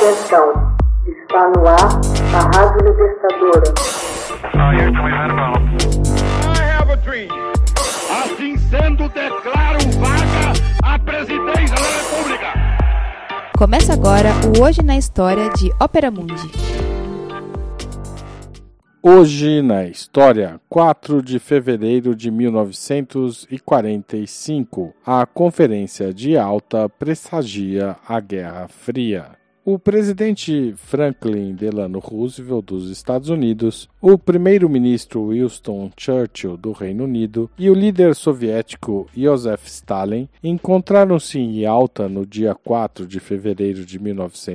Atenção, está no ar a Rádio Libertadora. Assim sendo, declaro vaga a presidência da República. Começa agora o Hoje na História de Ópera Mundi. Hoje na História, 4 de fevereiro de 1945, a Conferência de Yalta pressagia a Guerra Fria. O presidente Franklin Delano Roosevelt dos Estados Unidos, o primeiro-ministro Winston Churchill do Reino Unido e o líder soviético Joseph Stalin encontraram-se em Yalta no dia 4 de fevereiro de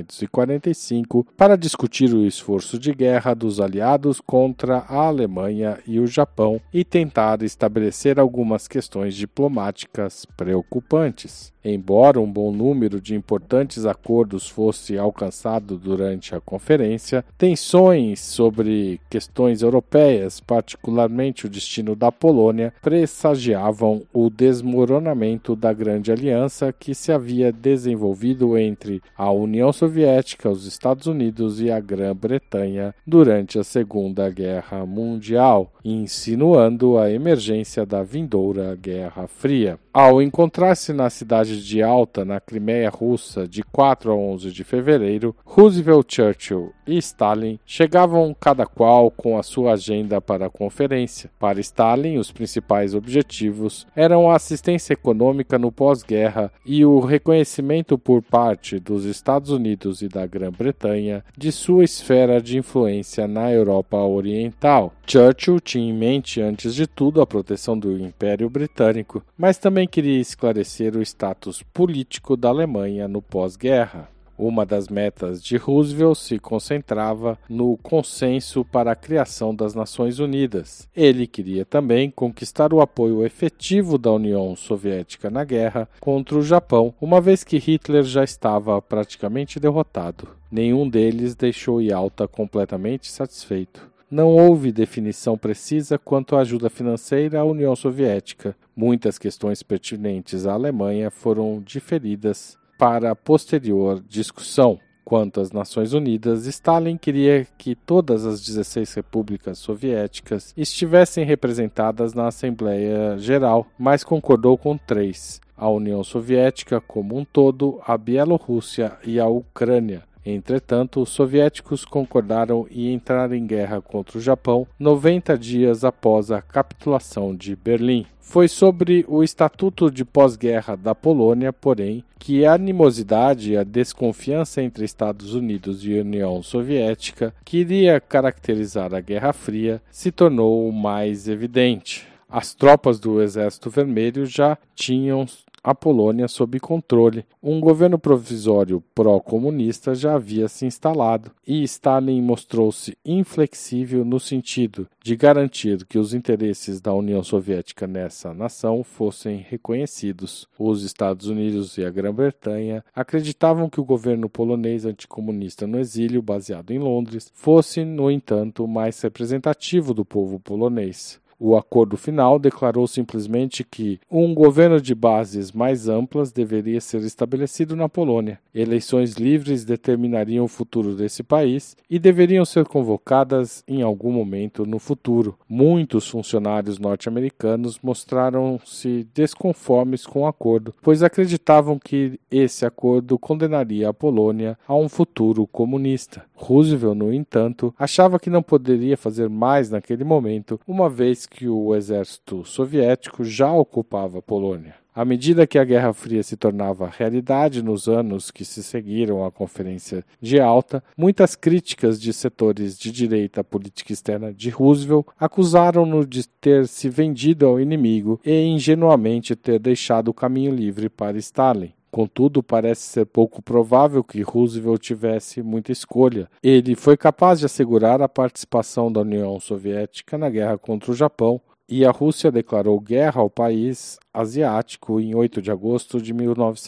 1945 para discutir o esforço de guerra dos aliados contra a Alemanha e o Japão e tentar estabelecer algumas questões diplomáticas preocupantes. Embora um bom número de importantes acordos fosse alcançado durante a conferência, tensões sobre questões europeias, particularmente o destino da Polônia, pressagiavam o desmoronamento da Grande Aliança que se havia desenvolvido entre a União Soviética, os Estados Unidos e a Grã-Bretanha durante a Segunda Guerra Mundial, insinuando a emergência da vindoura Guerra Fria. Ao encontrar-se na cidade de Yalta, na Crimeia Russa, de 4 a 11 de fevereiro, Roosevelt, Churchill e Stalin chegavam cada qual com a sua agenda para a conferência. Para Stalin, os principais objetivos eram a assistência econômica no pós-guerra e o reconhecimento por parte dos Estados Unidos e da Grã-Bretanha de sua esfera de influência na Europa Oriental. Churchill tinha em mente, antes de tudo, a proteção do Império Britânico, mas também queria esclarecer o status político da Alemanha no pós-guerra. Uma das metas de Roosevelt se concentrava no consenso para a criação das Nações Unidas. Ele queria também conquistar o apoio efetivo da União Soviética na guerra contra o Japão, uma vez que Hitler já estava praticamente derrotado. Nenhum deles deixou Yalta completamente satisfeito. Não houve definição precisa quanto à ajuda financeira à União Soviética. Muitas questões pertinentes à Alemanha foram diferidas para posterior discussão. Quanto às Nações Unidas, Stalin queria que todas as 16 repúblicas soviéticas estivessem representadas na Assembleia Geral, mas concordou com 3: a União Soviética como um todo, a Bielorrússia e a Ucrânia. Entretanto, os soviéticos concordaram em entrar em guerra contra o Japão 90 dias após a capitulação de Berlim. Foi sobre o Estatuto de Pós-Guerra da Polônia, porém, que a animosidade e a desconfiança entre Estados Unidos e União Soviética, que iria caracterizar a Guerra Fria, se tornou mais evidente. As tropas do Exército Vermelho já tinham a Polônia sob controle. Um governo provisório pró-comunista já havia se instalado e Stalin mostrou-se inflexível no sentido de garantir que os interesses da União Soviética nessa nação fossem reconhecidos. Os Estados Unidos e a Grã-Bretanha acreditavam que o governo polonês anticomunista no exílio, baseado em Londres, fosse, no entanto, mais representativo do povo polonês. O acordo final declarou simplesmente que um governo de bases mais amplas deveria ser estabelecido na Polônia. Eleições livres determinariam o futuro desse país e deveriam ser convocadas em algum momento no futuro. Muitos funcionários norte-americanos mostraram-se desconformes com o acordo, pois acreditavam que esse acordo condenaria a Polônia a um futuro comunista. Roosevelt, no entanto, achava que não poderia fazer mais naquele momento, uma vez que o exército soviético já ocupava a Polônia. À medida que a Guerra Fria se tornava realidade nos anos que se seguiram à Conferência de Yalta, muitas críticas de setores de direita à política externa de Roosevelt acusaram-no de ter se vendido ao inimigo e ingenuamente ter deixado o caminho livre para Stalin. Contudo, parece ser pouco provável que Roosevelt tivesse muita escolha. Ele foi capaz de assegurar a participação da União Soviética na guerra contra o Japão, e a Rússia declarou guerra ao país asiático em 8 de agosto de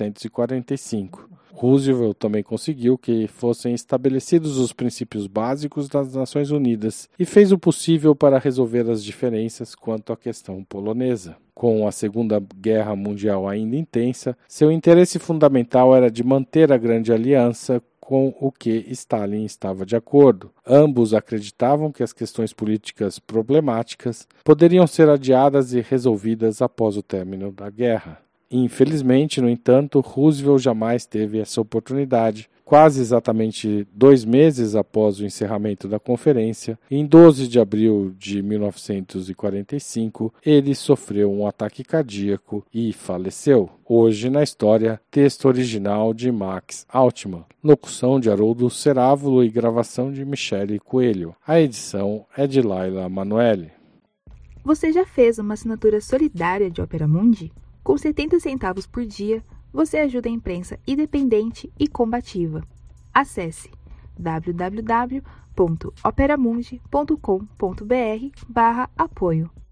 1945. Roosevelt também conseguiu que fossem estabelecidos os princípios básicos das Nações Unidas e fez o possível para resolver as diferenças quanto à questão polonesa. Com a Segunda Guerra Mundial ainda intensa, seu interesse fundamental era de manter a Grande Aliança com o que Stalin estava de acordo. Ambos acreditavam que as questões políticas problemáticas poderiam ser adiadas e resolvidas após o término da guerra. Infelizmente, no entanto, Roosevelt jamais teve essa oportunidade. Quase exatamente 2 meses após o encerramento da conferência, em 12 de abril de 1945, ele sofreu um ataque cardíaco e faleceu. Hoje na história, texto original de Max Altman, locução de Haroldo Cerávulo e gravação de Michele Coelho. A edição é de Laila Manoeli. Você já fez uma assinatura solidária de Opera Mundi? Com 70 centavos por dia, você ajuda a imprensa independente e combativa. Acesse www.operamundi.com.br/apoio.